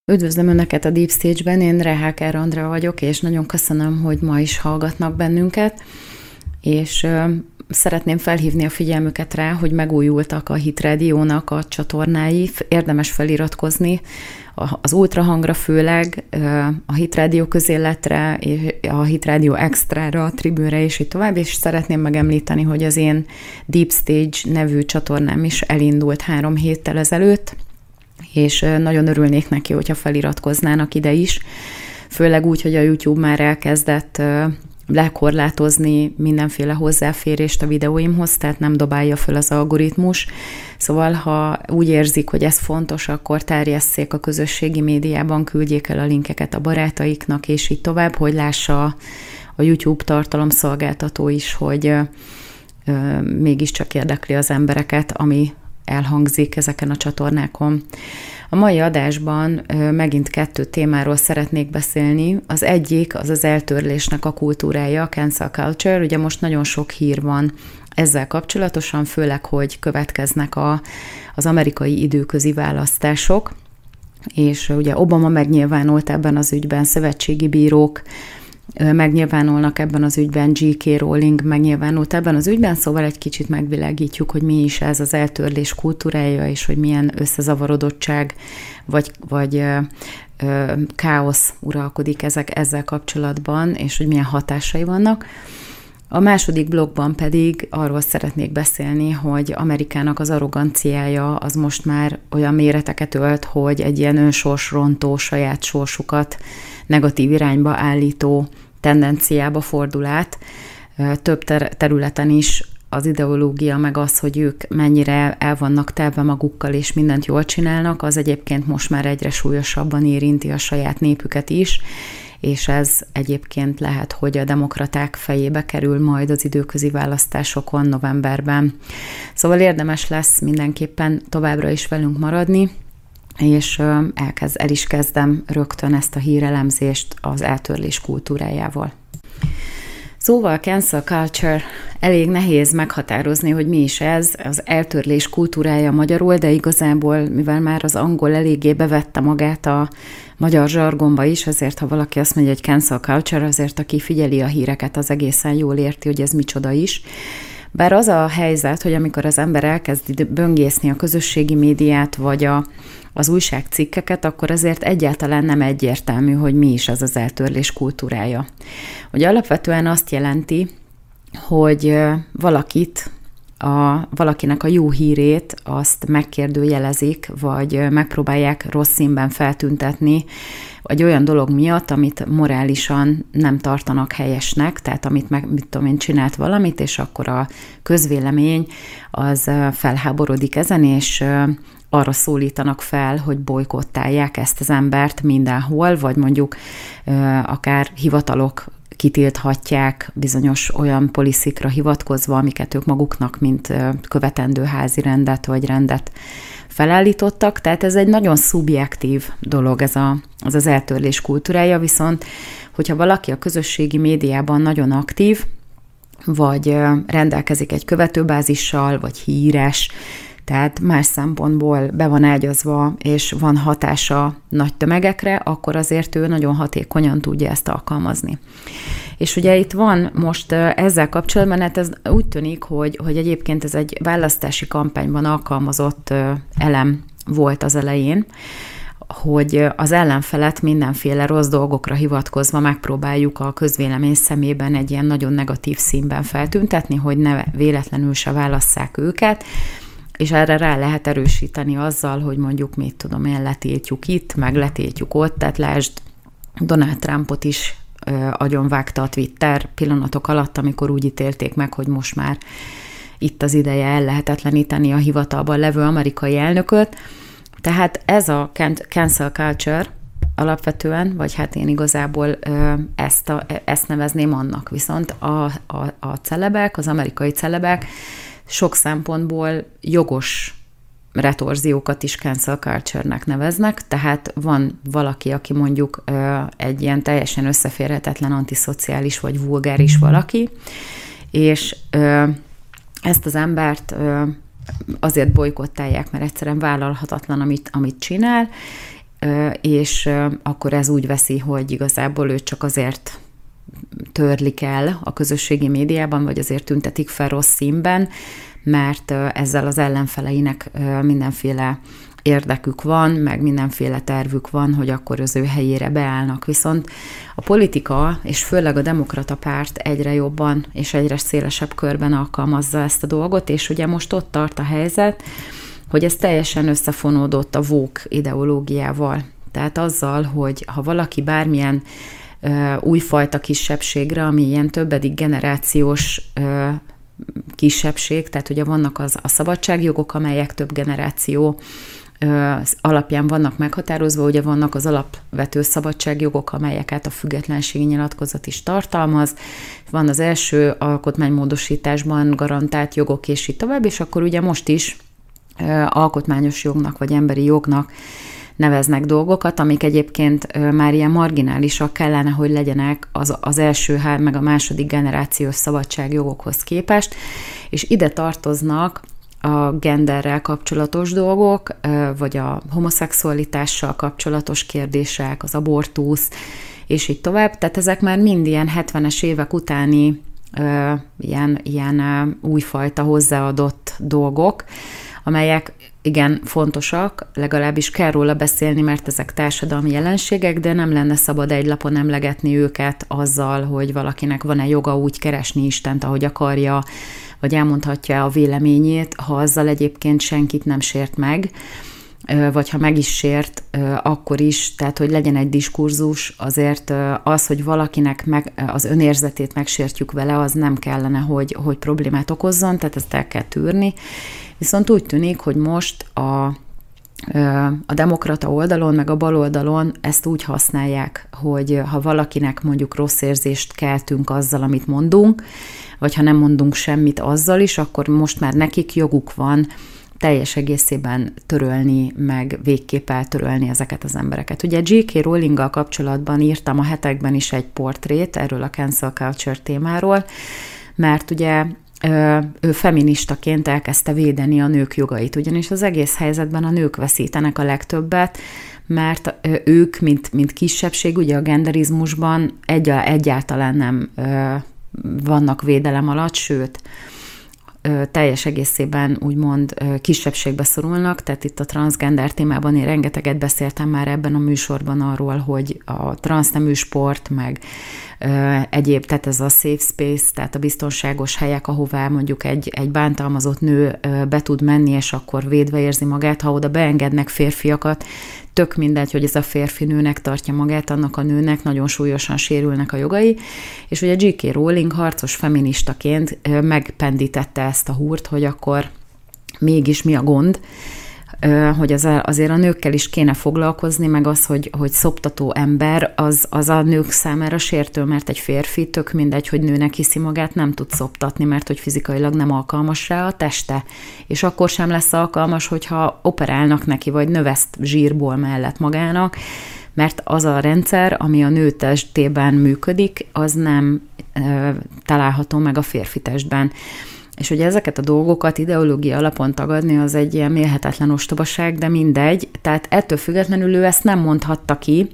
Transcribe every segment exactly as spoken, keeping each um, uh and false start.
Üdvözlöm Önöket a Deep Stage-ben, én Reháker Andrea vagyok, és nagyon köszönöm, hogy ma is hallgatnak bennünket, és ö, szeretném felhívni a figyelmüket rá, hogy megújultak a Hit Rádiónak a csatornái, érdemes feliratkozni az Ultrahangra főleg, a Hit Rádió közéletre, a Hit Rádió Extra-ra, a Tribűnre és így tovább, és szeretném megemlíteni, hogy az én Deep Stage nevű csatornám is elindult három héttel ezelőtt, és nagyon örülnék neki, hogyha feliratkoznának ide is, főleg úgy, hogy a YouTube már elkezdett lekorlátozni mindenféle hozzáférést a videóimhoz, tehát nem dobálja föl az algoritmus. Szóval, ha úgy érzik, hogy ez fontos, akkor terjesszék a közösségi médiában, küldjék el a linkeket a barátaiknak, és így tovább, hogy lássa a YouTube tartalomszolgáltató is, hogy ö, ö, mégiscsak érdekli az embereket, ami elhangzik ezeken a csatornákon. A mai adásban megint kettő témáról szeretnék beszélni. Az egyik az az eltörlésnek a kultúrája, a cancel culture. Ugye most nagyon sok hír van ezzel kapcsolatosan, főleg, hogy következnek a, az amerikai időközi választások, és ugye Obama megnyilvánult ebben az ügyben, szövetségi bírók megnyilvánulnak ebben az ügyben, J K. Rowling megnyilvánult ebben az ügyben, szóval egy kicsit megvilágítjuk, hogy mi is ez az eltörlés kultúrája, és hogy milyen összezavarodottság, vagy, vagy ö, ö, káosz uralkodik ezek, ezzel kapcsolatban, és hogy milyen hatásai vannak. A második blogban pedig arról szeretnék beszélni, hogy Amerikának az arroganciája az most már olyan méreteket ölt, hogy egy ilyen önsorsrontó, saját sorsukat negatív irányba állító tendenciába fordul át. Több ter- területen is az ideológia, meg az, hogy ők mennyire el vannak telve magukkal, és mindent jól csinálnak, az egyébként most már egyre súlyosabban érinti a saját népüket is, és ez egyébként lehet, hogy a demokraták fejébe kerül majd az időközi választásokon novemberben. Szóval érdemes lesz mindenképpen továbbra is velünk maradni, és elkezd, el is kezdem rögtön ezt a hírelemzést az eltörlés kultúrájával. Szóval cancel culture, elég nehéz meghatározni, hogy mi is ez, az eltörlés kultúrája magyarul, de igazából, mivel már az angol eléggé bevette magát a magyar zsargonba is, azért ha valaki azt mondja, hogy cancel culture, azért aki figyeli a híreket, az egészen jól érti, hogy ez micsoda is. Bár az a helyzet, hogy amikor az ember elkezdi böngészni a közösségi médiát, vagy a, az újságcikkeket, akkor azért egyáltalán nem egyértelmű, hogy mi is ez az eltörlés kultúrája. Ugye alapvetően azt jelenti, hogy valakit, a, valakinek a jó hírét azt megkérdőjelezik, vagy megpróbálják rossz színben feltüntetni, egy olyan dolog miatt, amit morálisan nem tartanak helyesnek, tehát amit meg, mit tudom én, csinált valamit, és akkor a közvélemény az felháborodik ezen, és arra szólítanak fel, hogy bojkottálják ezt az embert mindenhol, vagy mondjuk akár hivatalok kitilthatják bizonyos olyan policyekra hivatkozva, amiket ők maguknak, mint követendő házi rendet vagy rendet felállítottak, tehát ez egy nagyon szubjektív dolog, ez, a, ez az eltörlés kultúrája, viszont hogyha valaki a közösségi médiában nagyon aktív, vagy rendelkezik egy követőbázissal, vagy híres, tehát más szempontból be van ágyazva, és van hatása nagy tömegekre, akkor azért ő nagyon hatékonyan tudja ezt alkalmazni. És ugye itt van most ezzel kapcsolatban, hát ez úgy tűnik, hogy, hogy egyébként ez egy választási kampányban alkalmazott elem volt az elején, hogy az ellenfelet mindenféle rossz dolgokra hivatkozva megpróbáljuk a közvélemény szemében egy ilyen nagyon negatív színben feltüntetni, hogy ne véletlenül se válasszák őket, és erre rá lehet erősíteni azzal, hogy mondjuk, mit tudom én, letiltjuk itt, meg letiltjuk ott, tehát lásd, Donald Trumpot is ö, agyonvágta a Twitter pillanatok alatt, amikor úgy ítélték meg, hogy most már itt az ideje ellehetetleníteni a hivatalban levő amerikai elnököt. Tehát ez a cancel culture alapvetően, vagy hát én igazából ö, ezt, a, ezt nevezném annak. Viszont a, a, a celebek, az amerikai celebek sok szempontból jogos retorziókat is cancel culture-nek neveznek, tehát van valaki, aki mondjuk ö, egy ilyen teljesen összeférhetetlen antiszociális vagy vulgáris valaki, és ö, ezt az embert ö, azért bojkottálják, mert egyszerűen vállalhatatlan, amit, amit csinál, és akkor ez úgy veszi, hogy igazából őt csak azért törlik el a közösségi médiában, vagy azért tüntetik fel rossz színben, mert ezzel az ellenfeleinek mindenféle érdekük van, meg mindenféle tervük van, hogy akkor az ő helyére beállnak. Viszont a politika, és főleg a demokrata párt egyre jobban és egyre szélesebb körben alkalmazza ezt a dolgot, és ugye most ott tart a helyzet, hogy ez teljesen összefonódott a woke ideológiával. Tehát azzal, hogy ha valaki bármilyen ö, újfajta kisebbségre, ami ilyen többedik generációs ö, kisebbség, tehát ugye vannak az, a szabadságjogok, amelyek több generáció ö, alapján vannak meghatározva, ugye vannak az alapvető szabadságjogok, amelyeket a függetlenségi nyilatkozat is tartalmaz, van az első alkotmánymódosításban garantált jogok, és így tovább, és akkor ugye most is alkotmányos jognak, vagy emberi jognak neveznek dolgokat, amik egyébként már ilyen marginálisak kellene, hogy legyenek az, az első hár, meg a második generációs szabadságjogokhoz képest, és ide tartoznak a genderrel kapcsolatos dolgok, vagy a homoszexualitással kapcsolatos kérdések, az abortusz, és így tovább. Tehát ezek már mind ilyen hetvenes évek utáni ilyen, ilyen újfajta hozzáadott dolgok, amelyek igen fontosak, legalábbis kell róla beszélni, mert ezek társadalmi jelenségek, de nem lenne szabad egy lapon emlegetni őket azzal, hogy valakinek van-e joga úgy keresni Istent, ahogy akarja, vagy elmondhatja a véleményét, ha azzal egyébként senkit nem sért meg, vagy ha meg is sért, akkor is, tehát hogy legyen egy diskurzus, azért az, hogy valakinek meg, az önérzetét megsértjük vele, az nem kellene, hogy, hogy problémát okozzon, tehát ezt el kell tűrni. Viszont úgy tűnik, hogy most a, a demokrata oldalon, meg a bal oldalon ezt úgy használják, hogy ha valakinek mondjuk rossz érzést keltünk azzal, amit mondunk, vagy ha nem mondunk semmit azzal is, akkor most már nekik joguk van teljes egészében törölni, meg végképp eltörölni ezeket az embereket. Ugye dzsé ká. Rowlinggal kapcsolatban írtam a hetekben is egy portrét erről a cancel culture témáról, mert ugye ő feministaként elkezdte védeni a nők jogait, ugyanis az egész helyzetben a nők veszítenek a legtöbbet, mert ők, mint, mint kisebbség, ugye a genderizmusban egy, egyáltalán nem vannak védelem alatt, sőt, teljes egészében úgymond kisebbségbe szorulnak, tehát itt a transgender témában én rengeteget beszéltem már ebben a műsorban arról, hogy a transznemű sport, meg egyéb, tehát ez a safe space, tehát a biztonságos helyek, ahová mondjuk egy, egy bántalmazott nő be tud menni, és akkor védve érzi magát, ha oda beengednek férfiakat, tök mindegy, hogy ez a férfi nőnek tartja magát, annak a nőnek nagyon súlyosan sérülnek a jogai, és ugye dzsé ká. Rowling harcos feministaként megpendítette ezt a húrt, hogy akkor mégis mi a gond, hogy az, azért a nőkkel is kéne foglalkozni, meg az, hogy, hogy szoptató ember, az, az a nők számára sértő, mert egy férfi, tök mindegy, hogy nőnek hiszi magát, nem tud szoptatni, mert hogy fizikailag nem alkalmas rá a teste. És akkor sem lesz alkalmas, hogyha operálnak neki, vagy növeszt zsírból mellett magának, mert az a rendszer, ami a nő testében működik, az nem e, található meg a férfi testben. És hogy ezeket a dolgokat ideológia alapon tagadni, az egy ilyen mérhetetlen ostobaság, de mindegy. Tehát ettől függetlenül ő ezt nem mondhatta ki,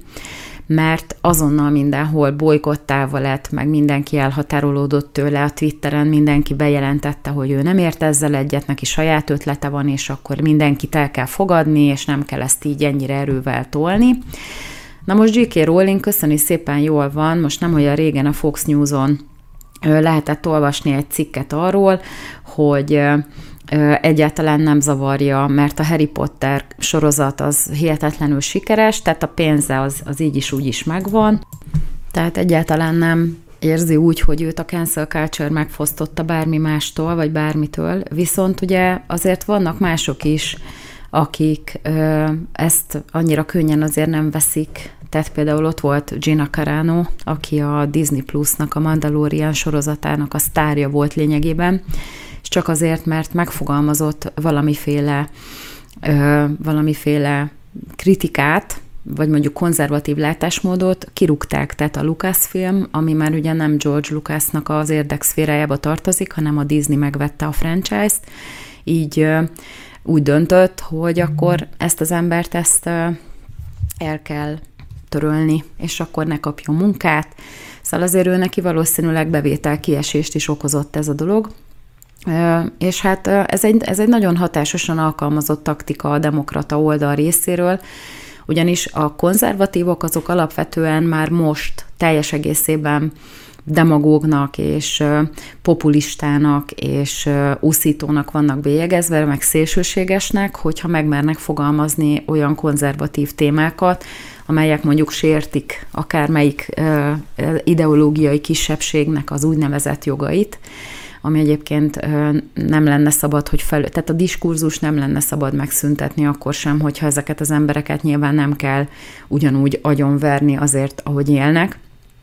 mert azonnal mindenhol bojkottálva lett, meg mindenki elhatárolódott tőle a Twitteren, mindenki bejelentette, hogy ő nem ért ezzel egyet, neki saját ötlete van, és akkor mindenkit el kell fogadni, és nem kell ezt így ennyire erővel tolni. Na most dzsé ká. Rowling, köszöni szépen, jól van, most nem olyan régen a Fox News-on lehetett olvasni egy cikket arról, hogy egyáltalán nem zavarja, mert a Harry Potter sorozat az hihetetlenül sikeres, tehát a pénze az, az így is úgy is megvan, tehát egyáltalán nem érzi úgy, hogy őt a cancel culture megfosztotta bármi mástól, vagy bármitől, viszont ugye azért vannak mások is, akik ö, ezt annyira könnyen azért nem veszik. Tehát például ott volt Gina Carano, aki a Disney Plus-nak, a Mandalorian sorozatának a sztárja volt lényegében, és csak azért, mert megfogalmazott valamiféle, ö, valamiféle kritikát, vagy mondjuk konzervatív látásmódot, kirúgták. Tehát a Lucasfilm, ami már ugye nem George Lucasnak az érdekszférájába tartozik, hanem a Disney megvette a franchise-t, így ö, úgy döntött, hogy akkor ezt az embert, ezt, el kell törölni, és akkor ne kapjon munkát. Szóval azért ő neki valószínűleg bevétel kiesést is okozott ez a dolog. És hát ez egy, ez egy nagyon hatásosan alkalmazott taktika a demokrata oldal részéről, ugyanis a konzervatívok azok alapvetően már most teljes egészében demagógnak és populistának és úszítónak vannak bélyegezve, meg szélsőségesnek, hogyha megmernek fogalmazni olyan konzervatív témákat, amelyek mondjuk sértik akármelyik ideológiai kisebbségnek az úgynevezett jogait, ami egyébként nem lenne szabad, hogy fel, tehát a diskurzus nem lenne szabad megszüntetni akkor sem, hogyha ezeket az embereket nyilván nem kell ugyanúgy agyonverni azért, ahogy élnek.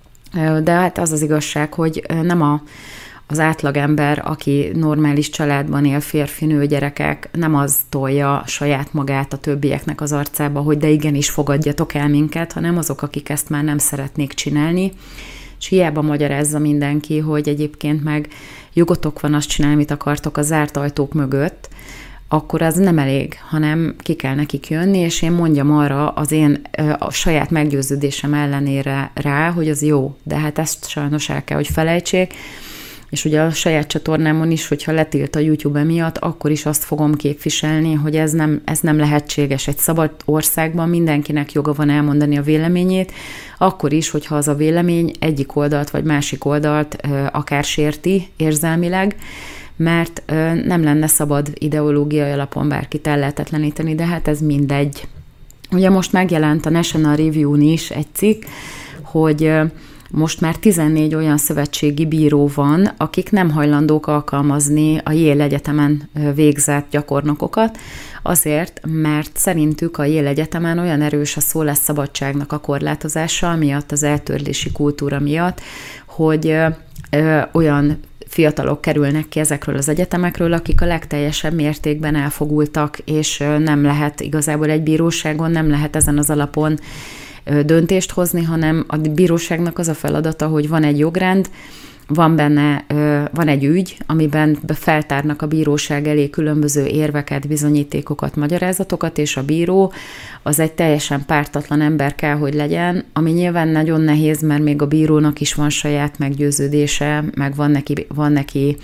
De hát az az igazság, hogy nem a, az átlagember, aki normális családban él, férfi, nő, gyerekek, nem az tolja saját magát a többieknek az arcába, hogy de igenis fogadjatok el minket, hanem azok, akik ezt már nem szeretnék csinálni. És hiába magyarázza mindenki, hogy egyébként meg jogotok van azt csinálni, amit akartok a zárt ajtók mögött, akkor az nem elég, hanem ki kell nekik jönni, és én mondjam arra az én a saját meggyőződésem ellenére rá, hogy az jó, de hát ezt sajnos el kell, hogy felejtsék, és ugye a saját csatornámon is, hogyha letilt a YouTube miatt, akkor is azt fogom képviselni, hogy ez nem, ez nem lehetséges. Egy szabad országban mindenkinek joga van elmondani a véleményét, akkor is, hogyha az a vélemény egyik oldalt vagy másik oldalt akár sérti érzelmileg, mert nem lenne szabad ideológiai alapon bárkit ellehetetleníteni, de hát ez mindegy. Ugye most megjelent a National Review-n is egy cikk, hogy most már tizennégy olyan szövetségi bíró van, akik nem hajlandók alkalmazni a Yale Egyetemen végzett gyakornokokat, azért, mert szerintük a Yale Egyetemen olyan erős a szólásszabadságnak a korlátozása miatt, az eltörlési kultúra miatt, hogy ö, olyan fiatalok kerülnek ki ezekről az egyetemekről, akik a legteljesebb mértékben elfogultak, és nem lehet igazából egy bíróságon, nem lehet ezen az alapon döntést hozni, hanem a bíróságnak az a feladata, hogy van egy jogrend, van benne, van egy ügy, amiben feltárnak a bíróság elé különböző érveket, bizonyítékokat, magyarázatokat, és a bíró az egy teljesen pártatlan ember kell, hogy legyen, ami nyilván nagyon nehéz, mert még a bírónak is van saját meggyőződése, meg van neki, van neki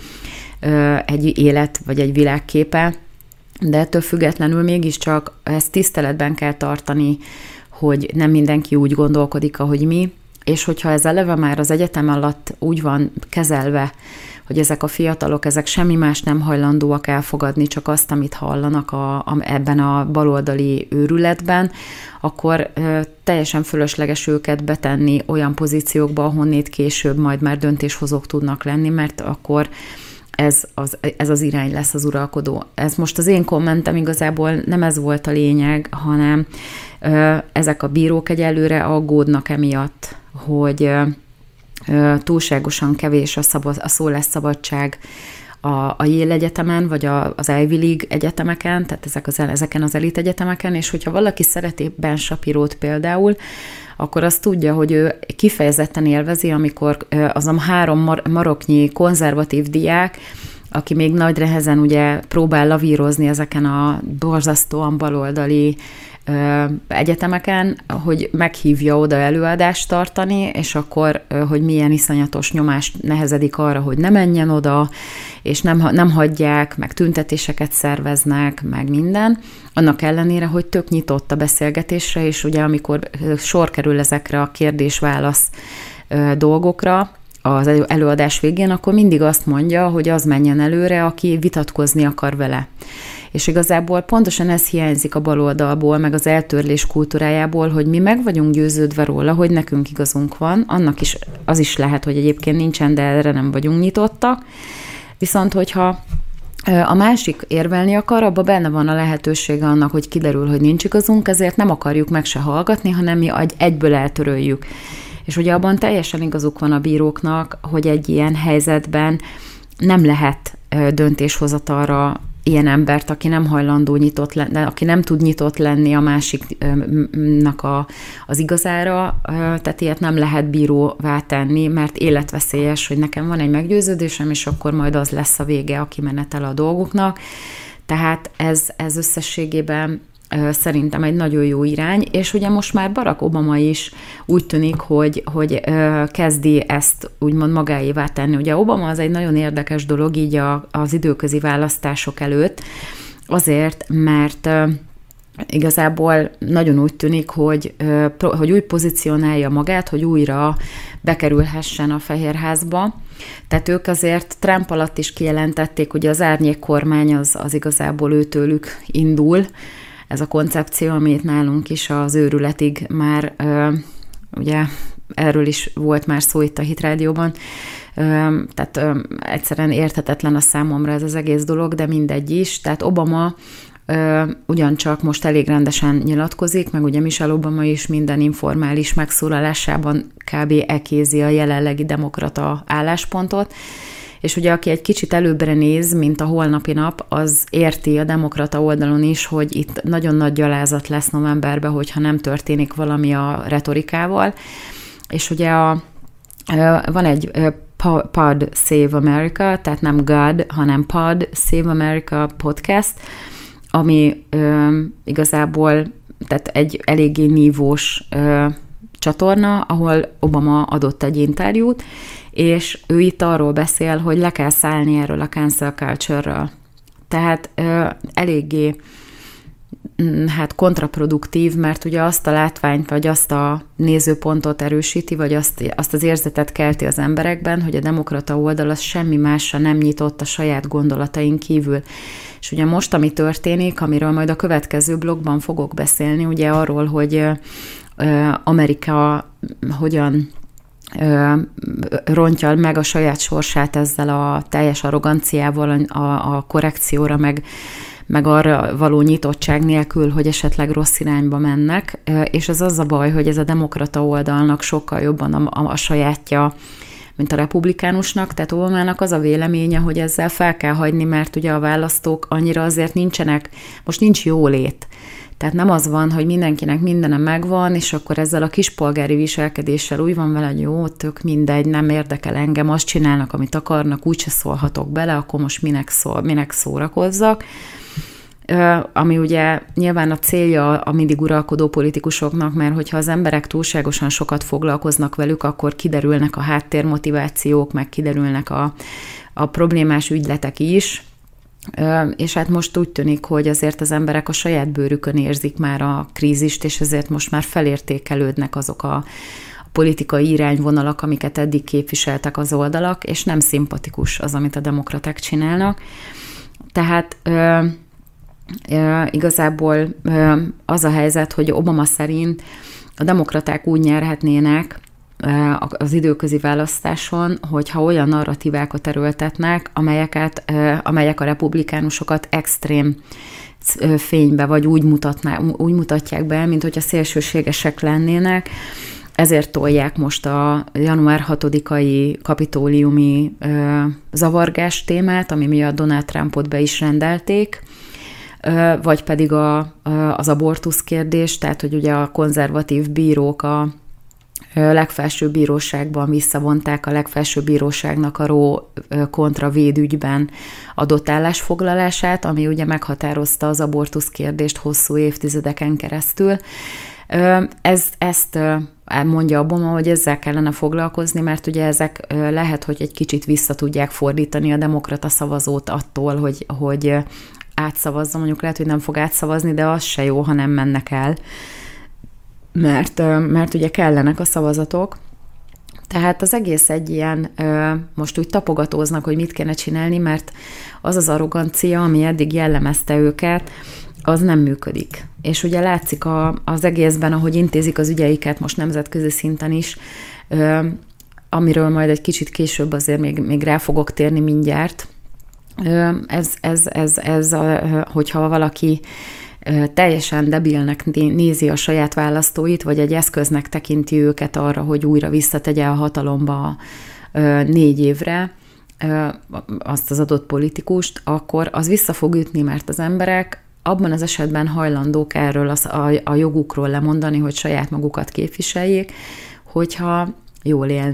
egy élet, vagy egy világképe, de ettől függetlenül mégiscsak ezt tiszteletben kell tartani, hogy nem mindenki úgy gondolkodik, ahogy mi, és hogyha ez eleve már az egyetem alatt úgy van kezelve, hogy ezek a fiatalok, ezek semmi más nem hajlandóak elfogadni, csak azt, amit hallanak a, a, ebben a baloldali őrületben, akkor ö, teljesen fölösleges őket betenni olyan pozíciókba, ahonnét később majd már döntéshozók tudnak lenni, mert akkor ez az, ez az irány lesz az uralkodó. Ez most az én kommentem, igazából nem ez volt a lényeg, hanem ö, ezek a bírók egyelőre aggódnak emiatt, hogy ö, ö, túlságosan kevés a, szabad, a szólásszabadság a, a Yale Egyetemen, vagy a, az Ivy League egyetemeken, tehát ezek az, ezeken az elit egyetemeken, és hogyha valaki szereti Ben Shapiro-t például, akkor azt tudja, hogy ő kifejezetten élvezi, amikor az a három mar- maroknyi konzervatív diák, aki még nagy nehezen ugye próbál lavírozni ezeken a borzasztóan baloldali ö, egyetemeken, hogy meghívja oda előadást tartani, és akkor, ö, hogy milyen iszonyatos nyomás nehezedik arra, hogy ne menjen oda, és nem, nem hagyják, meg tüntetéseket szerveznek, meg minden. Annak ellenére, hogy tök nyitott a beszélgetésre, és ugye amikor sor kerül ezekre a kérdés-válasz ö, dolgokra, az előadás végén, akkor mindig azt mondja, hogy az menjen előre, aki vitatkozni akar vele. És igazából pontosan ez hiányzik a baloldalból, meg az eltörlés kultúrájából, hogy mi meg vagyunk győződve róla, hogy nekünk igazunk van, annak is, az is lehet, hogy egyébként nincsen, de erre nem vagyunk nyitottak. Viszont, hogyha a másik érvelni akar, abban benne van a lehetősége annak, hogy kiderül, hogy nincs igazunk, ezért nem akarjuk meg se hallgatni, hanem mi egyből eltöröljük. És ugye abban teljesen igazuk van a bíróknak, hogy egy ilyen helyzetben nem lehet döntéshozatalra ilyen embert, aki nem hajlandó nyitott lenni, aki nem tud nyitott lenni a másiknak a, az igazára, tehát ilyet nem lehet bíróvá tenni, mert életveszélyes, hogy nekem van egy meggyőződésem, és akkor majd az lesz a vége, aki menetel a dolgoknak. Tehát ez, ez összességében szerintem egy nagyon jó irány, és ugye most már Barack Obama is úgy tűnik, hogy, hogy kezdi ezt úgymond magáévá tenni. Ugye Obama az egy nagyon érdekes dolog így a, az időközi választások előtt, azért, mert igazából nagyon úgy tűnik, hogy, hogy úgy pozícionálja magát, hogy újra bekerülhessen a Fehérházba. Tehát ők azért Trump alatt is kijelentették, hogy az árnyék kormány az, az igazából őtőlük indul. Ez a koncepció, amit nálunk is az őrületig már, ugye erről is volt már szó itt a Hit Rádióban, tehát egyszerűen érthetetlen a számomra ez az egész dolog, de mindegy is. Tehát Obama ugyancsak most elég rendesen nyilatkozik, meg ugye Michelle Obama is minden informális megszólalásában kb. Ekézi a jelenlegi demokrata álláspontot, és ugye aki egy kicsit előbbre néz, mint a holnapi nap, az érti a demokrata oldalon is, hogy itt nagyon nagy gyalázat lesz novemberben, hogyha nem történik valami a retorikával, és ugye a, van egy Pod Save America, tehát nem God, hanem Pod Save America podcast, ami ö, igazából tehát egy eléggé nívós ö, csatorna, ahol Obama adott egy interjút, és ő itt arról beszél, hogy le kell szállni erről a cancel culture-ről. Tehát ö, eléggé hát kontraproduktív, mert ugye azt a látványt, vagy azt a nézőpontot erősíti, vagy azt, azt az érzetet kelti az emberekben, hogy a demokrata oldal az semmi másra nem nyitott a saját gondolatain kívül. És ugye most, ami történik, amiről majd a következő blogban fogok beszélni, ugye arról, hogy Amerika hogyan rontja meg a saját sorsát ezzel a teljes arroganciával, a, a korrekcióra, meg, meg arra való nyitottság nélkül, hogy esetleg rossz irányba mennek, és ez az a baj, hogy ez a demokrata oldalnak sokkal jobban a, a, a sajátja, mint a republikánusnak, tehát Obamának az a véleménye, hogy ezzel fel kell hagyni, mert ugye a választók annyira azért nincsenek, most nincs jólét. Tehát nem az van, hogy mindenkinek mindene megvan, és akkor ezzel a kispolgári viselkedéssel úgy van vele, hogy jó, tök mindegy, nem érdekel engem, azt csinálnak, amit akarnak, úgyse szólhatok bele, akkor most minek, szól, minek szórakozzak. Ami ugye nyilván a célja a mindig uralkodó politikusoknak, mert hogyha az emberek túlságosan sokat foglalkoznak velük, akkor kiderülnek a háttérmotivációk, meg kiderülnek a, a problémás ügyletek is, és hát most úgy tűnik, hogy azért az emberek a saját bőrükön érzik már a krízist, és ezért most már felértékelődnek azok a, a politikai irányvonalak, amiket eddig képviseltek az oldalak, és nem szimpatikus az, amit a demokraták csinálnak. Tehát igazából az a helyzet, hogy Obama szerint a demokraták úgy nyerhetnének az időközi választáson, hogyha olyan narratívákat erőltetnek, amelyeket, amelyek a republikánusokat extrém fénybe, vagy úgy, mutatná, úgy mutatják be, mint hogyha szélsőségesek lennének. Ezért tolják most a január hatodikai kapitóliumi zavargás témát, ami miatt Donald Trumpot be is rendelték, vagy pedig a, az abortusz kérdés, tehát hogy ugye a konzervatív bírók a legfelsőbb bíróságban visszavonták a legfelsőbb bíróságnak a Roe kontra Wade ügyben adott állásfoglalását, ami ugye meghatározta az abortusz kérdést hosszú évtizedeken keresztül. Ez, ezt mondja Obama, hogy ezzel kellene foglalkozni, mert ugye ezek lehet, hogy egy kicsit vissza tudják fordítani a demokrata szavazót attól, hogy, hogy átszavazza, mondjuk lehet, hogy nem fog átszavazni, de az se jó, ha nem mennek el, mert, mert ugye kellenek a szavazatok. Tehát az egész egy ilyen, most úgy tapogatóznak, hogy mit kéne csinálni, mert az az arrogancia, ami eddig jellemezte őket, az nem működik. És ugye látszik a, az egészben, ahogy intézik az ügyeiket most nemzetközi szinten is, amiről majd egy kicsit később azért még, még rá fogok térni mindjárt. Ez, ez, ez, ez hogyha valaki teljesen debilnek nézi a saját választóit, vagy egy eszköznek tekinti őket arra, hogy újra visszategye a hatalomba négy évre azt az adott politikust, akkor az vissza fog ütni, mert az emberek abban az esetben hajlandók erről az, a, a jogukról lemondani, hogy saját magukat képviseljék, hogyha jól élnek.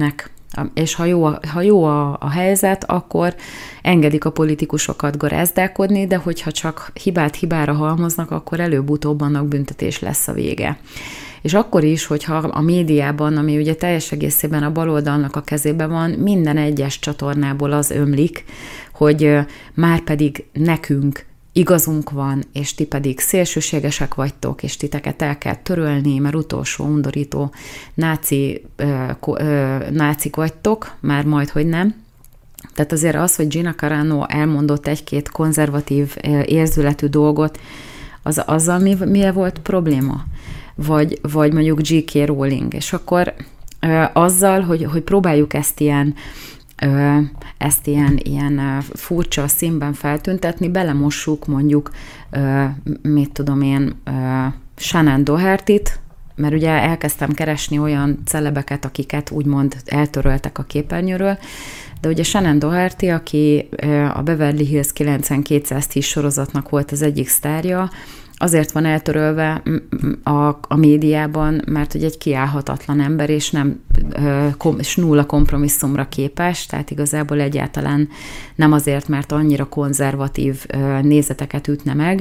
És ha jó, a, ha jó a, a helyzet, akkor engedik a politikusokat garázdálkodni, de hogyha csak hibát hibára halmoznak, akkor előbb-utóbb annak büntetés lesz a vége. És akkor is, hogyha a médiában, ami ugye teljes egészében a baloldalnak a kezében van, minden egyes csatornából az ömlik, hogy már pedig nekünk igazunk van, és ti pedig szélsőségesek vagytok, és titeket el kell törölni, mert utolsó undorító náci, ö, ö, nácik vagytok, már majd, hogy nem. Tehát azért az, hogy Gina Carano elmondott egy-két konzervatív érzületű dolgot, az, azzal mi, mi volt probléma? Vagy, vagy mondjuk J K. Rowling. És akkor ö, azzal, hogy, hogy próbáljuk ezt ilyen Ö, ezt ilyen, ilyen furcsa színben feltüntetni, belemossuk mondjuk, ö, mit tudom én, ö, Shannon Doherty-t, mert ugye elkezdtem keresni olyan celebeket, akiket úgymond eltöröltek a képernyőről, de ugye Shannon Doherty, aki ö, a Beverly Hills kilencvenkétszáztíz sorozatnak volt az egyik sztárja, azért van eltörölve a, a médiában, mert hogy egy kiállhatatlan ember, és nem kom, és nulla kompromisszumra képes, tehát igazából egyáltalán nem azért, mert annyira konzervatív nézeteket ütne meg.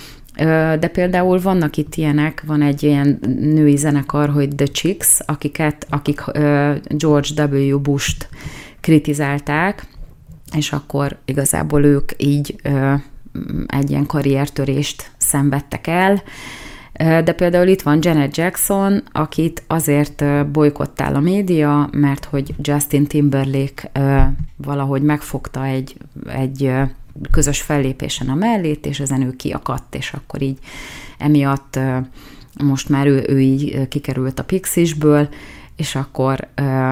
De például vannak itt ilyenek, van egy ilyen női zenekar, hogy The Chicks, akiket, akik George W. Bush-t kritizálták, és akkor igazából ők így egy ilyen karriertörést szenvedtek el, de például itt van Janet Jackson, akit azért bojkottál a média, mert hogy Justin Timberlake valahogy megfogta egy, egy közös fellépésen a mellét, és ezen ő kiakadt, és akkor így emiatt most már ő, ő így kikerült a Pixisből, és akkor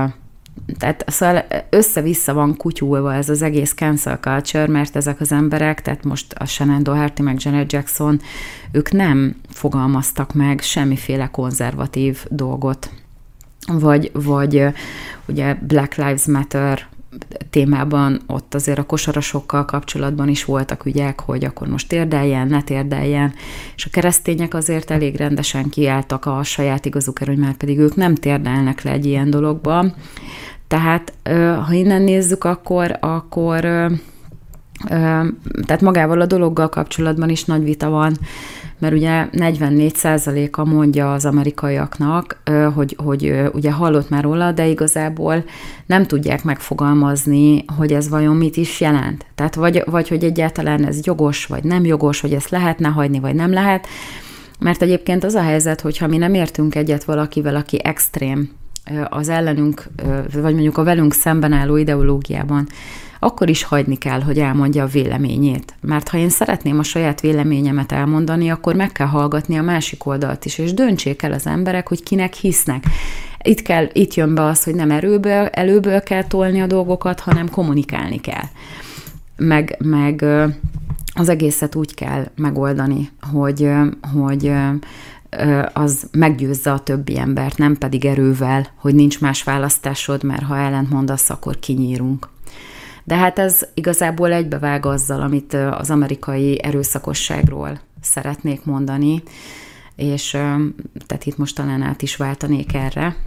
tehát szóval össze-vissza van kutyulva ez az egész cancel culture, mert ezek az emberek, tehát most a Shannon Doherty meg Janet Jackson, ők nem fogalmaztak meg semmiféle konzervatív dolgot. Vagy, vagy ugye Black Lives Matter témában ott azért a kosarasokkal kapcsolatban is voltak ügyek, hogy akkor most térdeljen, ne térdeljen, és a keresztények azért elég rendesen kiálltak a saját igazukért, hogy már pedig ők nem térdelnek le egy ilyen dologba. Tehát, ha innen nézzük, akkor, akkor tehát magával a dologgal kapcsolatban is nagy vita van, mert ugye negyvennégy százaléka mondja az amerikaiaknak, hogy, hogy ugye hallott már róla, de igazából nem tudják megfogalmazni, hogy ez vajon mit is jelent. Tehát vagy, vagy hogy egyáltalán ez jogos, vagy nem jogos, hogy ezt lehetne hagyni, vagy nem lehet. Mert egyébként az a helyzet, hogyha mi nem értünk egyet valakivel, aki extrém az ellenünk, vagy mondjuk a velünk szemben álló ideológiában, akkor is hagyni kell, hogy elmondja a véleményét. Mert ha én szeretném a saját véleményemet elmondani, akkor meg kell hallgatni a másik oldalt is, és döntsék el az emberek, hogy kinek hisznek. Itt, kell, itt jön be az, hogy nem erőből, előből kell tolni a dolgokat, hanem kommunikálni kell. Meg, meg az egészet úgy kell megoldani, hogy, hogy az meggyőzze a többi embert, nem pedig erővel, hogy nincs más választásod, mert ha ellent mondasz, akkor kinyírunk. De hát ez igazából egybevág azzal, amit az amerikai erőszakosságról szeretnék mondani, és tehát itt most talán át is váltanék erre.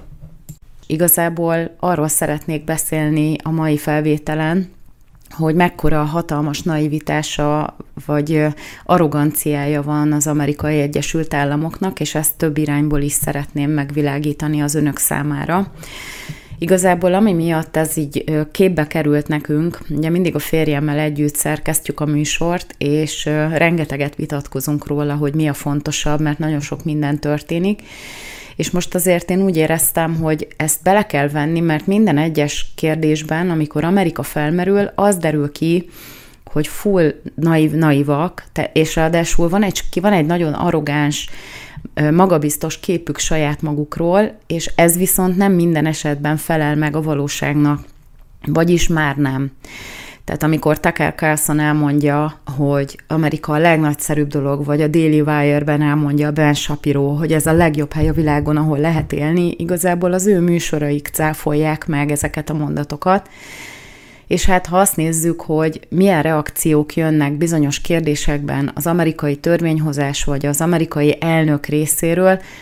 Igazából arról szeretnék beszélni a mai felvételen, hogy mekkora hatalmas naivitása vagy arroganciája van az Amerikai Egyesült Államoknak, és ezt több irányból is szeretném megvilágítani az önök számára. Igazából ami miatt ez így képbe került nekünk, ugye mindig a férjemmel együtt szerkesztjük a műsort, és rengeteget vitatkozunk róla, hogy mi a fontosabb, mert nagyon sok minden történik, és most azért én úgy éreztem, hogy ezt bele kell venni, mert minden egyes kérdésben, amikor Amerika felmerül, az derül ki, hogy full naiv, naivak, és ráadásul van egy, van egy nagyon arrogáns, magabiztos képük saját magukról, és ez viszont nem minden esetben felel meg a valóságnak, vagyis már nem. Tehát amikor Tucker Carlson elmondja, hogy Amerika a legnagyszerűbb dolog, vagy a Daily Wire-ben elmondja Ben Shapiro, hogy ez a legjobb hely a világon, ahol lehet élni, igazából az ő műsoraik cáfolják meg ezeket a mondatokat. És hát ha azt nézzük, hogy milyen reakciók jönnek bizonyos kérdésekben az amerikai törvényhozás vagy az amerikai elnök részéről,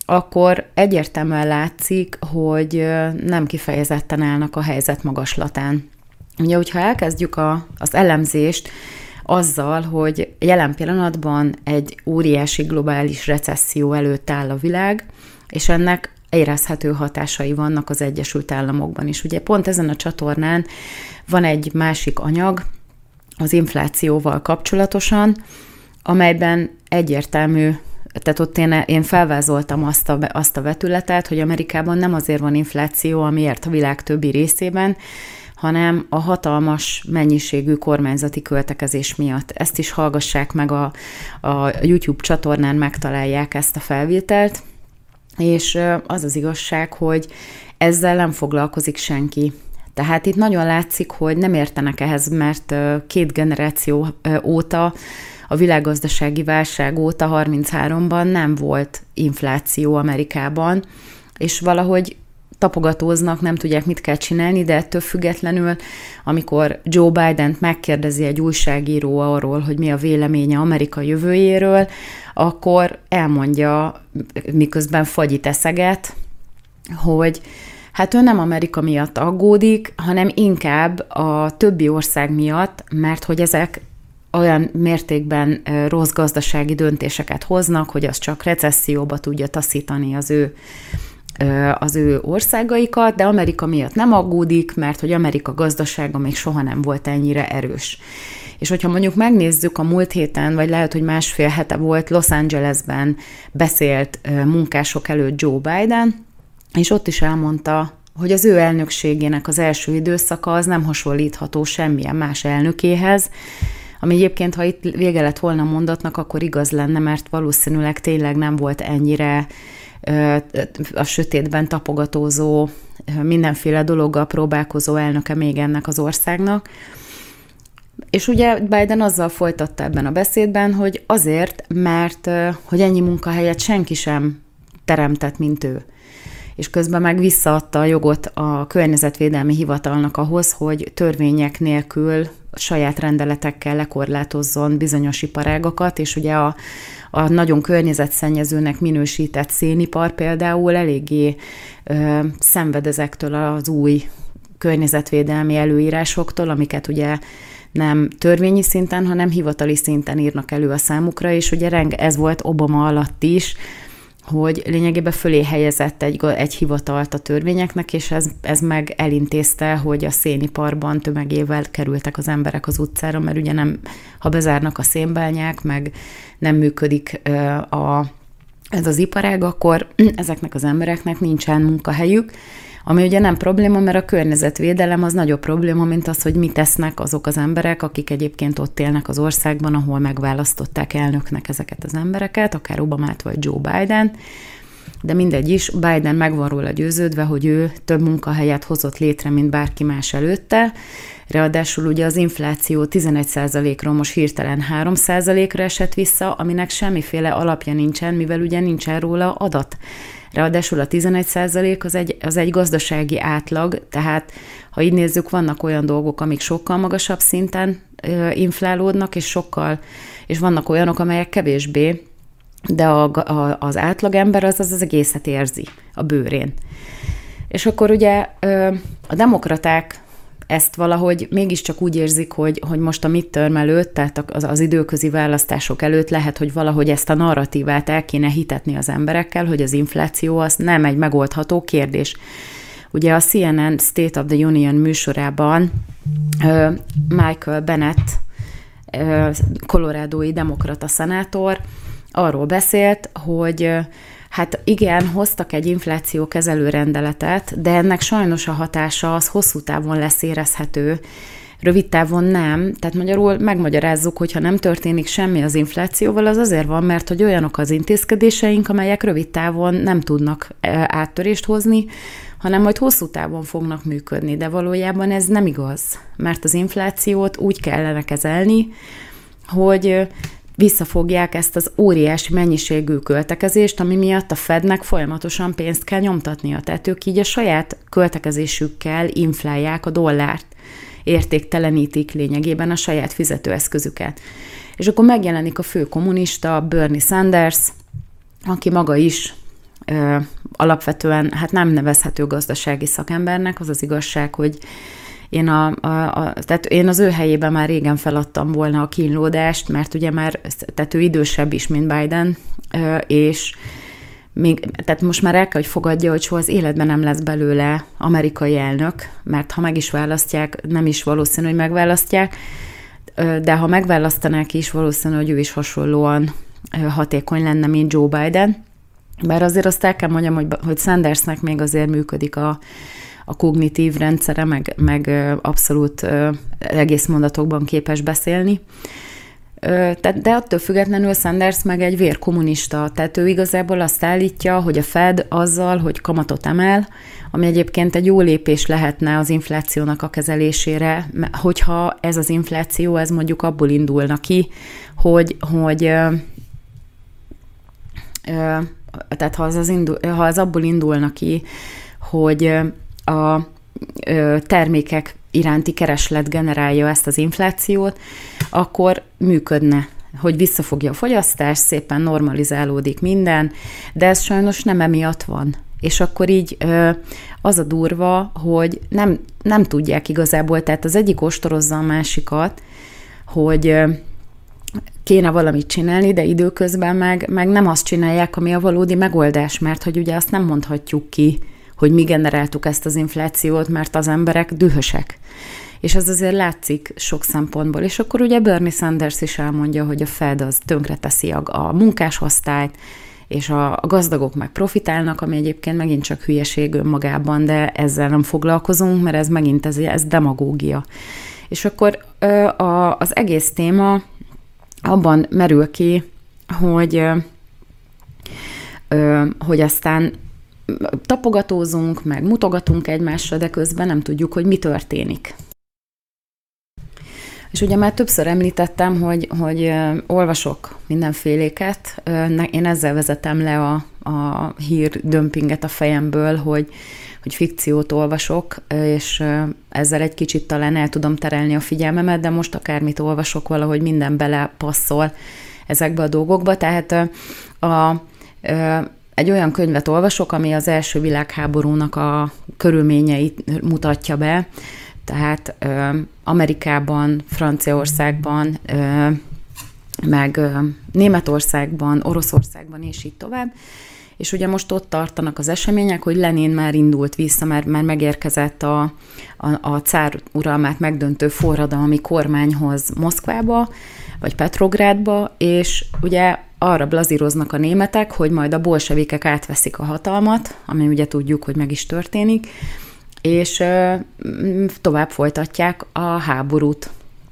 akkor egyértelműen látszik, hogy nem kifejezetten állnak a helyzet magaslatán. Ugye, hogyha elkezdjük a, az elemzést azzal, hogy jelen pillanatban egy óriási globális recesszió előtt áll a világ, és ennek érezhető hatásai vannak az Egyesült Államokban is. Ugye pont ezen a csatornán van egy másik anyag az inflációval kapcsolatosan, amelyben egyértelmű, tehát ott én, én felvázoltam azt a, azt a vetületet, hogy Amerikában nem azért van infláció, amiért a világ többi részében, hanem a hatalmas mennyiségű kormányzati költekezés miatt. Ezt is hallgassák meg a, a YouTube csatornán, megtalálják ezt a felvételt, és az az igazság, hogy ezzel nem foglalkozik senki. Tehát itt nagyon látszik, hogy nem értenek ehhez, mert két generáció óta, a világgazdasági válság óta harmincháromban nem volt infláció Amerikában, és valahogy tapogatóznak, nem tudják, mit kell csinálni, de ettől függetlenül, amikor Joe Bident megkérdezi egy újságíró arról, hogy mi a véleménye Amerika jövőjéről, akkor elmondja, miközben fagyit eszeget, hogy hát ő nem Amerika miatt aggódik, hanem inkább a többi ország miatt, mert hogy ezek olyan mértékben rossz gazdasági döntéseket hoznak, hogy az csak recesszióba tudja taszítani az ő az ő országaikat, de Amerika miatt nem aggódik, mert hogy Amerika gazdasága még soha nem volt ennyire erős. És hogyha mondjuk megnézzük a múlt héten, vagy lehet, hogy másfél hete volt, Los Angelesben beszélt munkások előtt Joe Biden, és ott is elmondta, hogy az ő elnökségének az első időszaka az nem hasonlítható semmilyen más elnökéhez, ami egyébként, ha itt vége lett volna a mondatnak, akkor igaz lenne, mert valószínűleg tényleg nem volt ennyire a sötétben tapogatózó, mindenféle dologgal próbálkozó elnöke még ennek az országnak. És ugye Biden azzal folytatta ebben a beszédben, hogy azért, mert hogy ennyi munkahelyet senki sem teremtett, mint ő. És közben meg visszaadta a jogot a Környezetvédelmi Hivatalnak ahhoz, hogy törvények nélkül saját rendeletekkel lekorlátozzon bizonyos iparágakat, és ugye a, a nagyon környezetszennyezőnek minősített szénipar például eléggé ö, szenved ezektől az új környezetvédelmi előírásoktól, amiket ugye nem törvényi szinten, hanem hivatali szinten írnak elő a számukra, és ugye ez volt Obama alatt is, hogy lényegében fölé helyezett egy, egy hivatalt a törvényeknek, és ez, ez meg elintézte, hogy a széniparban tömegével kerültek az emberek az utcára, mert ugye nem, ha bezárnak a szénbányák, meg nem működik a, ez az iparág, akkor ezeknek az embereknek nincsen munkahelyük, ami ugye nem probléma, mert a környezetvédelem az nagyobb probléma, mint az, hogy mit tesznek azok az emberek, akik egyébként ott élnek az országban, ahol megválasztották elnöknek ezeket az embereket, akár Obamát vagy Joe Biden, de mindegy is, Biden meg van róla győződve, hogy ő több munkahelyet hozott létre, mint bárki más előtte, ráadásul ugye az infláció tizenegy százalékról most hirtelen három százalékra esett vissza, aminek semmiféle alapja nincsen, mivel ugye nincsen róla adat. Ráadásul a tizenegy százalék az egy, az egy gazdasági átlag, tehát ha így nézzük, vannak olyan dolgok, amik sokkal magasabb szinten ö, inflálódnak, és sokkal, és vannak olyanok, amelyek kevésbé, de a, a, az átlagember az, az az egészet érzi a bőrén. És akkor ugye ö, a demokraták ezt valahogy mégiscsak úgy érzik, hogy, hogy most a midterm előtt, tehát az, az időközi választások előtt lehet, hogy valahogy ezt a narratívát el kéne hitetni az emberekkel, hogy az infláció az nem egy megoldható kérdés. Ugye a C N N State of the Union műsorában uh, Michael Bennet, uh, kolorádói demokrata szenátor arról beszélt, hogy uh, hát igen, hoztak egy inflációkezelő rendeletet, de ennek sajnos a hatása az hosszú távon lesz érezhető, rövid távon nem. Tehát magyarul megmagyarázzuk, hogy ha nem történik semmi az inflációval, az azért van, mert hogy olyanok az intézkedéseink, amelyek rövid távon nem tudnak áttörést hozni, hanem majd hosszú távon fognak működni. De valójában ez nem igaz, mert az inflációt úgy kellene kezelni, hogy visszafogják ezt az óriási mennyiségű költekezést, ami miatt a Fednek folyamatosan pénzt kell nyomtatnia. Tehát ők így a saját költekezésükkel inflálják a dollárt, értéktelenítik lényegében a saját fizetőeszközüket. És akkor megjelenik a fő kommunista, Bernie Sanders, aki maga is alapvetően hát nem nevezhető gazdasági szakembernek, az az igazság, hogy én, a, a, a, tehát én az ő helyében már régen feladtam volna a kínlódást, mert ugye már, tehát ő idősebb is, mint Biden, és még, tehát most már el kell, hogy fogadja, hogy soha az életben nem lesz belőle amerikai elnök, mert ha meg is választják, nem is valószínű, hogy megválasztják, de ha megválasztanák is, valószínű, hogy ő is hasonlóan hatékony lenne, mint Joe Biden. Bár azért azt el kell mondjam, hogy, hogy Sandersnek még azért működik a, a kognitív rendszere, meg, meg abszolút egész mondatokban képes beszélni. De attól függetlenül Sanders meg egy vérkommunista, tehát ő igazából azt állítja, hogy a Fed azzal, hogy kamatot emel, ami egyébként egy jó lépés lehetne az inflációnak a kezelésére, hogyha ez az infláció, ez mondjuk abból indulna ki, hogy, hogy ö, ö, tehát ha az, az, indul, ha az abból indulna ki, hogy a ö, termékek iránti kereslet generálja ezt az inflációt, akkor működne, hogy visszafogja a fogyasztás, szépen normalizálódik minden, de ez sajnos nem emiatt van. És akkor így az a durva, hogy nem, nem tudják igazából, tehát az egyik ostorozza a másikat, hogy kéne valamit csinálni, de időközben meg, meg nem azt csinálják, ami a valódi megoldás, mert hogy ugye azt nem mondhatjuk ki, hogy mi generáltuk ezt az inflációt, mert az emberek dühösek. És ez azért látszik sok szempontból. És akkor ugye Bernie Sanders is elmondja, hogy a Fed az tönkreteszi a, a munkásosztályt, és a, a gazdagok meg profitálnak, ami egyébként megint csak hülyeség önmagában, de ezzel nem foglalkozunk, mert ez megint ez, ez demagógia. És akkor a, az egész téma abban merül ki, hogy, hogy aztán tapogatózunk, meg mutogatunk egymásra, de közben nem tudjuk, hogy mi történik. És ugye már többször említettem, hogy, hogy olvasok mindenféléket, én ezzel vezetem le a, a hírdömpinget a fejemből, hogy, hogy fikciót olvasok, és ezzel egy kicsit talán el tudom terelni a figyelmemet, de most akármit olvasok, valahogy minden belepasszol ezekbe a dolgokba, tehát a, a egy olyan könyvet olvasok, ami az első világháborúnak a körülményeit mutatja be, tehát ö, Amerikában, Franciaországban, ö, meg ö, Németországban, Oroszországban, és így tovább. És ugye most ott tartanak az események, hogy Lenin már indult vissza, már, már megérkezett a, a, a cár uralmát megdöntő forradalmi kormányhoz Moszkvába, vagy Petrográdba, és ugye arra blazíroznak a németek, hogy majd a bolsevikek átveszik a hatalmat, ami ugye tudjuk, hogy meg is történik, és tovább folytatják a háborút.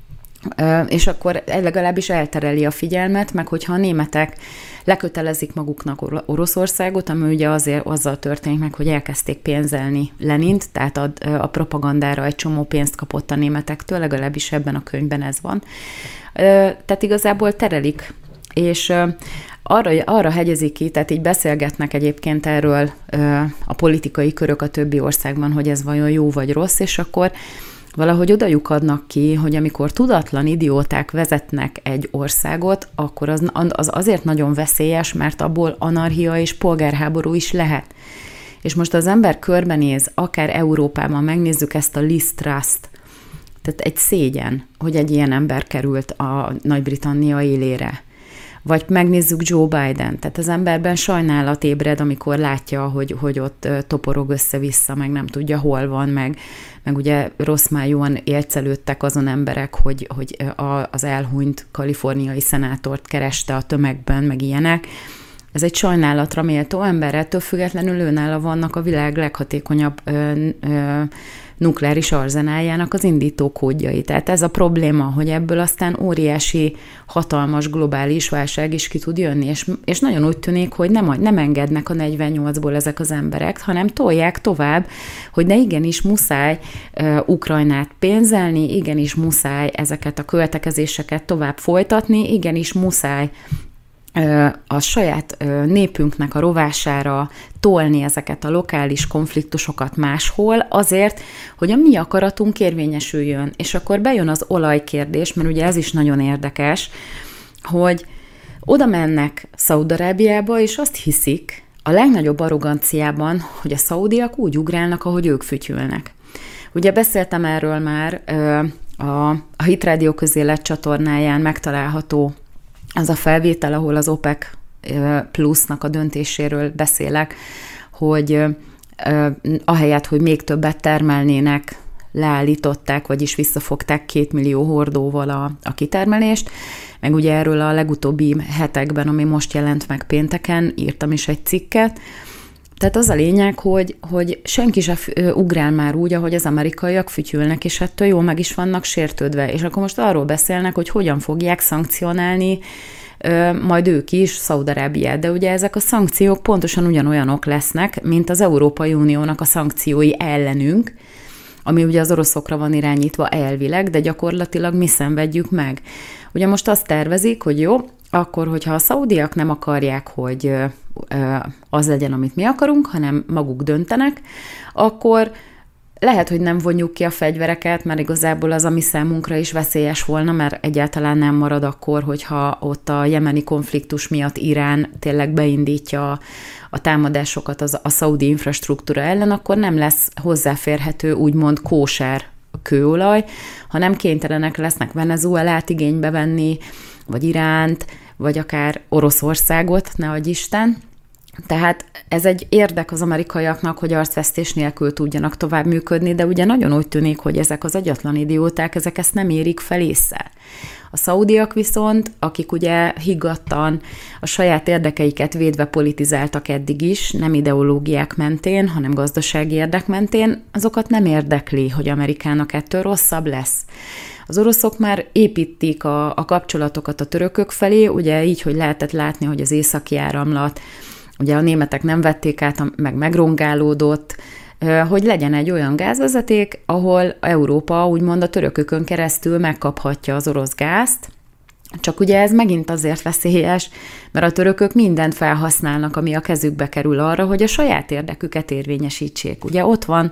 És akkor legalábbis eltereli a figyelmet, meg hogyha a németek lekötelezik maguknak Oroszországot, ami ugye azért azzal történik meg, hogy elkezdték pénzelni Lenint, tehát a, a propagandára egy csomó pénzt kapott a németektől, legalábbis ebben a könyvben ez van. Tehát igazából terelik, és arra, arra hegyezik ki, tehát így beszélgetnek egyébként erről a politikai körök a többi országban, hogy ez vajon jó vagy rossz, és akkor valahogy oda lyukadnak ki, hogy amikor tudatlan idióták vezetnek egy országot, akkor az, az azért nagyon veszélyes, mert abból anarchia és polgárháború is lehet. És most az ember körbenéz, akár Európában megnézzük ezt a Liz Truss-t, tehát egy szégyen, hogy egy ilyen ember került a Nagy-Britannia élére. Vagy megnézzük Joe Biden, tehát az emberben sajnálat ébred, amikor látja, hogy, hogy ott toporog össze-vissza, meg nem tudja, hol van, meg, meg ugye rossz májúan élcelődtek azon emberek, hogy, hogy a, az elhunyt kaliforniai szenátort kereste a tömegben, meg ilyenek. Ez egy sajnálatra méltó ember, ettől függetlenül őnála vannak a világ leghatékonyabb ö, ö, nukleáris arzenáljának az indító kódjai. Tehát ez a probléma, hogy ebből aztán óriási, hatalmas, globális válság is ki tud jönni, és, és nagyon úgy tűnik, hogy nem, nem engednek a negyvennyolcból ezek az emberek, hanem tolják tovább, hogy de igenis muszáj uh, Ukrajnát pénzelni, igenis muszáj ezeket a költekezéseket tovább folytatni, igenis muszáj a saját népünknek a rovására tolni ezeket a lokális konfliktusokat máshol azért, hogy a mi akaratunk érvényesüljön. És akkor bejön az olajkérdés, mert ugye ez is nagyon érdekes, hogy oda mennek Szaúd-Arábiába, és azt hiszik a legnagyobb arroganciában, hogy a szaudiak úgy ugrálnak, ahogy ők fütyülnek. Ugye beszéltem erről már, a, a Hit Radio közélet csatornáján megtalálható az a felvétel, ahol az OPEC plusznak a döntéséről beszélek, hogy ahelyett, hogy még többet termelnének, leállították, vagyis visszafogták két millió hordóval a, a kitermelést, meg ugye erről a legutóbbi hetekben, ami most jelent meg pénteken, írtam is egy cikket. Tehát az a lényeg, hogy, hogy senki se ugrál már úgy, ahogy az amerikaiak fütyülnek, és ettől jól meg is vannak sértődve. És akkor most arról beszélnek, hogy hogyan fogják szankcionálni majd ők is Szaúd-Arábiát. De ugye ezek a szankciók pontosan ugyanolyanok lesznek, mint az Európai Uniónak a szankciói ellenünk, ami ugye az oroszokra van irányítva elvileg, de gyakorlatilag mi szenvedjük meg. Ugye most azt tervezik, hogy jó, akkor, hogyha a szaudiak nem akarják, hogy az legyen, amit mi akarunk, hanem maguk döntenek, akkor lehet, hogy nem vonjuk ki a fegyvereket, mert igazából az, ami számunkra is veszélyes volna, mert egyáltalán nem marad akkor, hogyha ott a jemeni konfliktus miatt Irán tényleg beindítja a támadásokat az, a szaudi infrastruktúra ellen, akkor nem lesz hozzáférhető úgymond kóser kőolaj, hanem kénytelenek lesznek Venezuelát igénybe venni, vagy Iránt, vagy akár Oroszországot, ne adj Isten. Tehát ez egy érdek az amerikaiaknak, hogy arcvesztés nélkül tudjanak tovább működni, de ugye nagyon úgy tűnik, hogy ezek az agyatlan idióták, ezek ezt nem érik fel észre. A szaudiak viszont, akik ugye higgadtan a saját érdekeiket védve politizáltak eddig is, nem ideológiák mentén, hanem gazdasági érdek mentén, azokat nem érdekli, hogy Amerikának ettől rosszabb lesz. Az oroszok már építik a, a kapcsolatokat a törökök felé, ugye így, hogy lehetett látni, hogy az északi áramlat, ugye a németek nem vették át, meg megrongálódott, hogy legyen egy olyan gázvezeték, ahol Európa úgymond a törökökön keresztül megkaphatja az orosz gázt, csak ugye ez megint azért veszélyes, mert a törökök mindent felhasználnak, ami a kezükbe kerül arra, hogy a saját érdeküket érvényesítsék. Ugye ott van,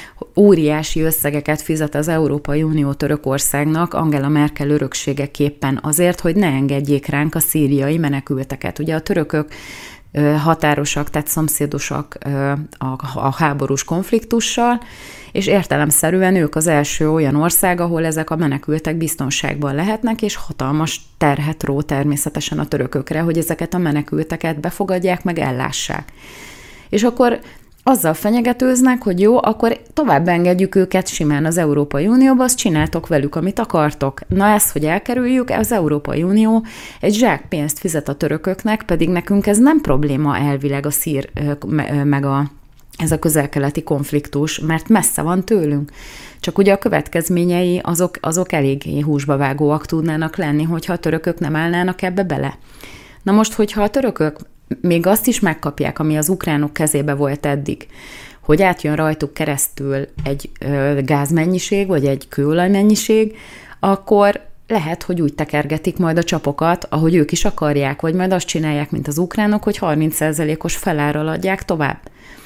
óriási összegeket fizet az Európai Unió Törökországnak Angela Merkel örökségeképpen azért, hogy ne engedjék ránk a szíriai menekülteket. Ugye a törökök határosak, tehát szomszédosak a, a háborús konfliktussal, és értelemszerűen ők az első olyan ország, ahol ezek a menekültek biztonságban lehetnek, és hatalmas terhet ró természetesen a törökökre, hogy ezeket a menekülteket befogadják, meg ellássák. És akkor azzal fenyegetőznek, hogy jó, akkor tovább engedjük őket simán az Európai Unióba, azt csináltok velük, amit akartok. Na ezt, hogy elkerüljük, az Európai Unió egy zsák pénzt fizet a törököknek, pedig nekünk ez nem probléma elvileg a szír, meg a, ez a közel-keleti konfliktus, mert messze van tőlünk. Csak ugye a következményei azok, azok eléggé húsba vágóak tudnának lenni, hogyha a törökök nem állnának ebbe bele. Na most, hogyha a törökök még azt is megkapják, ami az ukránok kezébe volt eddig, hogy átjön rajtuk keresztül egy ö, gázmennyiség, vagy egy kőolajmennyiség, akkor lehet, hogy úgy tekergetik majd a csapokat, ahogy ők is akarják, vagy majd azt csinálják, mint az ukránok, hogy harminc százalékos felárral adják tovább.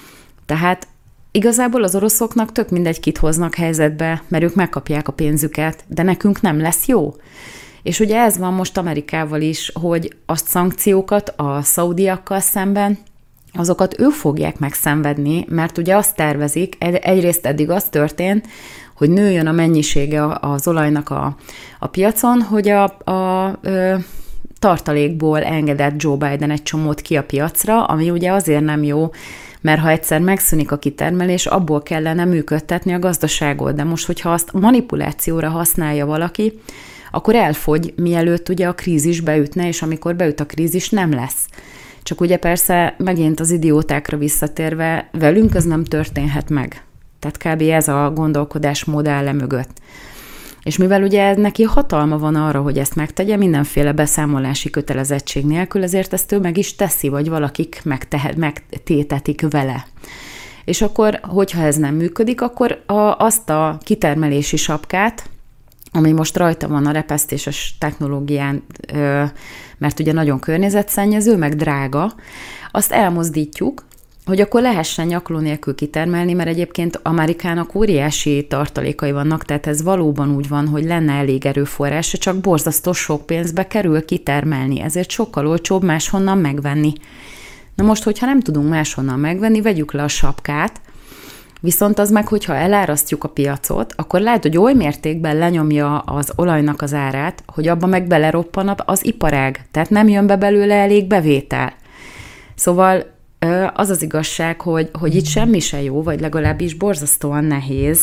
Tehát igazából az oroszoknak tök mindegy, kit hoznak helyzetbe, mert ők megkapják a pénzüket, de nekünk nem lesz jó. És ugye ez van most Amerikával is, hogy a szankciókat a szaudiakkal szemben, azokat ők fogják megszenvedni, mert ugye azt tervezik, egyrészt eddig az történt, hogy nőjön a mennyisége az olajnak a, a piacon, hogy a, a, a tartalékból engedett Joe Biden egy csomót ki a piacra, ami ugye azért nem jó, mert ha egyszer megszűnik a kitermelés, abból kellene működtetni a gazdaságot, de most, hogyha azt manipulációra használja valaki, akkor elfogy, mielőtt ugye a krízis beütne, és amikor beüt a krízis, nem lesz. Csak ugye persze megint az idiótákra visszatérve, velünk ez nem történhet meg. Tehát kb. Ez a gondolkodásmód áll le mögött. És mivel ugye neki hatalma van arra, hogy ezt megtegye, mindenféle beszámolási kötelezettség nélkül, ezért ezt ő meg is teszi, vagy valakik megtehet, megtétetik vele. És akkor, hogyha ez nem működik, akkor a, azt a kitermelési sapkát, ami most rajta van a repesztéses technológián, mert ugye nagyon környezetszennyező, meg drága, azt elmozdítjuk, hogy akkor lehessen nyakló nélkül kitermelni, mert egyébként Amerikának óriási tartalékai vannak, tehát ez valóban úgy van, hogy lenne elég erőforrása, csak borzasztó sok pénzbe kerül kitermelni, ezért sokkal olcsóbb máshonnan megvenni. Na most, hogyha nem tudunk máshonnan megvenni, vegyük le a sapkát, viszont az meg, hogyha elárasztjuk a piacot, akkor lehet, hogy oly mértékben lenyomja az olajnak az árát, hogy abba meg beleroppan az iparág, tehát nem jön be belőle elég bevétel. Szóval az az igazság, hogy, hogy itt semmi se jó, vagy legalábbis borzasztóan nehéz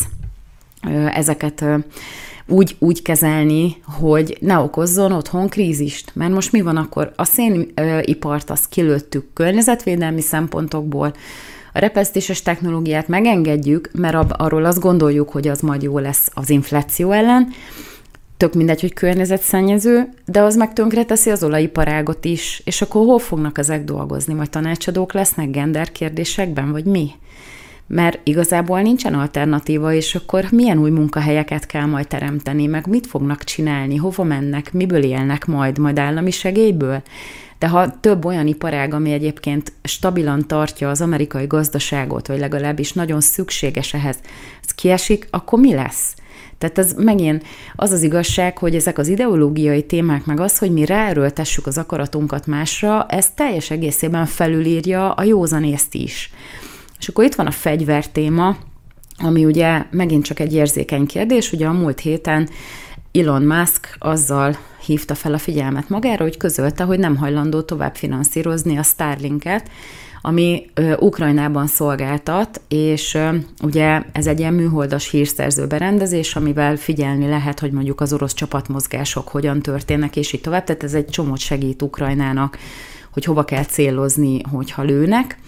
ezeket úgy, úgy kezelni, hogy ne okozzon otthon krízist. Mert most mi van akkor? A szénipart azt kilőttük környezetvédelmi szempontokból, a repesztéses technológiát megengedjük, mert arról azt gondoljuk, hogy az majd jó lesz az infláció ellen, tök mindegy, hogy környezetszennyező, de az meg tönkreteszi az olajiparágot is, és akkor hol fognak ezek dolgozni? Majd tanácsadók lesznek gender kérdésekben, vagy mi? Mert igazából nincsen alternatíva, és akkor milyen új munkahelyeket kell majd teremteni, meg mit fognak csinálni, hova mennek, miből élnek majd, majd állami segélyből? De ha több olyan iparág, ami egyébként stabilan tartja az amerikai gazdaságot, vagy legalábbis nagyon szükséges ehhez, ez kiesik, akkor mi lesz? Tehát ez megint az az igazság, hogy ezek az ideológiai témák, meg az, hogy mi ráerőltessük az akaratunkat másra, ez teljes egészében felülírja a józanészt is. És akkor itt van a fegyver téma, ami ugye megint csak egy érzékeny kérdés, ugye a múlt héten Elon Musk azzal hívta fel a figyelmet magára, hogy közölte, hogy nem hajlandó tovább finanszírozni a Starlinket, ami ö, Ukrajnában szolgáltat, és ö, ugye ez egy ilyen műholdas hírszerző berendezés, amivel figyelni lehet, hogy mondjuk az orosz csapatmozgások hogyan történnek, és így tovább. Tehát ez egy csomót segít Ukrajnának, hogy hova kell célozni, hogyha lőnek.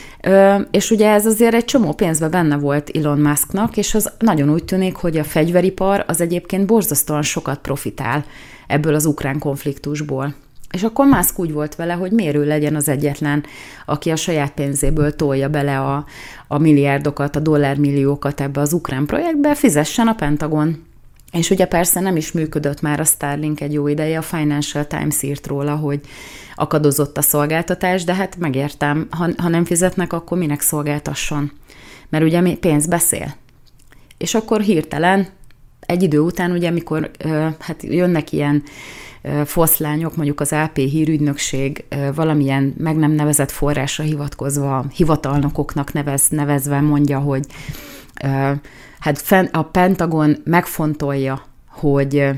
Ö, és ugye ez azért egy csomó pénzben benne volt Elon Musknak, és az nagyon úgy tűnik, hogy a fegyveripar az egyébként borzasztóan sokat profitál ebből az ukrán konfliktusból. És akkor Musk úgy volt vele, hogy miért ő legyen az egyetlen, aki a saját pénzéből tolja bele a, a milliárdokat, a dollármilliókat ebbe az ukrán projektbe, fizessen a Pentagon. És ugye persze nem is működött már a Starlink egy jó ideje, a Financial Times írt róla, hogy akadozott a szolgáltatás, de hát megértem, ha, ha nem fizetnek, akkor minek szolgáltasson? Mert ugye pénz beszél. És akkor hirtelen, egy idő után, ugye, amikor hát jönnek ilyen foszlányok, mondjuk az á pé hírügynökség valamilyen meg nem nevezett forrásra hivatkozva, hivatalnokoknak nevez, nevezve mondja, hogy hát a Pentagon megfontolja, hogy,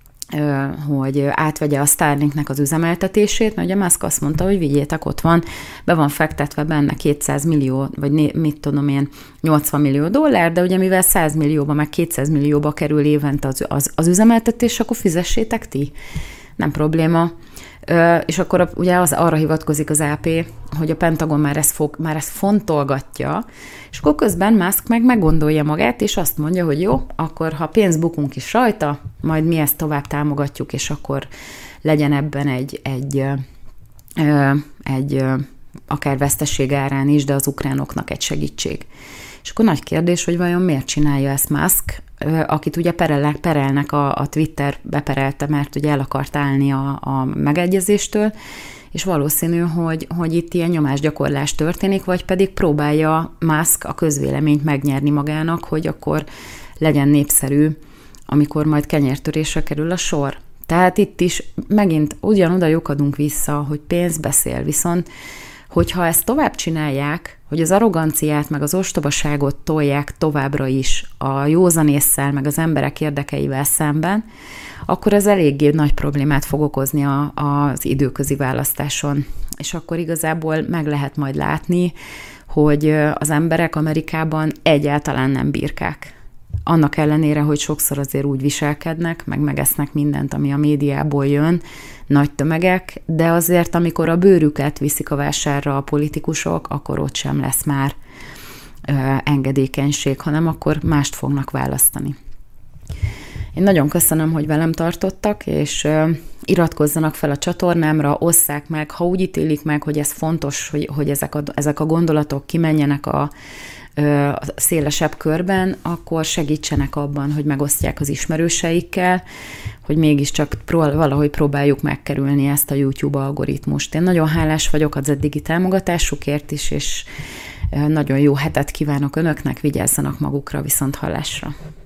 hogy átvegye a Starlinknek az üzemeltetését, mert ugye Musk azt mondta, hogy vigyétek, ott van, be van fektetve benne kétszáz millió, vagy mit tudom én, nyolcvan millió dollár, de ugye mivel száz millióba, meg kétszáz millióba kerül évente az, az, az üzemeltetés, akkor fizessétek ti. Nem probléma. Ö, és akkor ugye az, arra hivatkozik az á pé, hogy a Pentagon már ezt, fog, már ezt fontolgatja, és akkor közben Musk meg meggondolja magát, és azt mondja, hogy jó, akkor ha pénzt bukunk is rajta, majd mi ezt tovább támogatjuk, és akkor legyen ebben egy, egy, ö, egy ö, akár veszteség árán is, de az ukránoknak egy segítség. És akkor nagy kérdés, hogy vajon miért csinálja ezt Musk, akit ugye perelnek, perelnek a, a Twitter beperelte, mert ugye el akart állni a, a megegyezéstől, és valószínű, hogy, hogy itt ilyen nyomásgyakorlás történik, vagy pedig próbálja Musk a közvéleményt megnyerni magának, hogy akkor legyen népszerű, amikor majd kenyértörésre kerül a sor. Tehát itt is megint ugyanoda lyukadunk vissza, hogy pénz beszél, viszont hogyha ezt tovább csinálják, hogy az arroganciát meg az ostobaságot tolják továbbra is a józanésszel meg az emberek érdekeivel szemben, akkor ez eléggé nagy problémát fog okozni a, az időközi választáson. És akkor igazából meg lehet majd látni, hogy az emberek Amerikában egyáltalán nem birkák. Annak ellenére, hogy sokszor azért úgy viselkednek, meg megesznek mindent, ami a médiából jön, nagy tömegek, de azért, amikor a bőrüket viszik a vásárra a politikusok, akkor ott sem lesz már ö, engedékenység, hanem akkor mást fognak választani. Én nagyon köszönöm, hogy velem tartottak, és ö, iratkozzanak fel a csatornámra, osszák meg, ha úgy ítélik meg, hogy ez fontos, hogy, hogy ezek, a, ezek a gondolatok kimenjenek a a szélesebb körben, akkor segítsenek abban, hogy megosztják az ismerőseikkel, hogy mégiscsak pró- valahogy próbáljuk megkerülni ezt a YouTube algoritmust. Én nagyon hálás vagyok az eddigi támogatásukért is, és nagyon jó hetet kívánok önöknek, vigyázzanak magukra, viszont hallásra.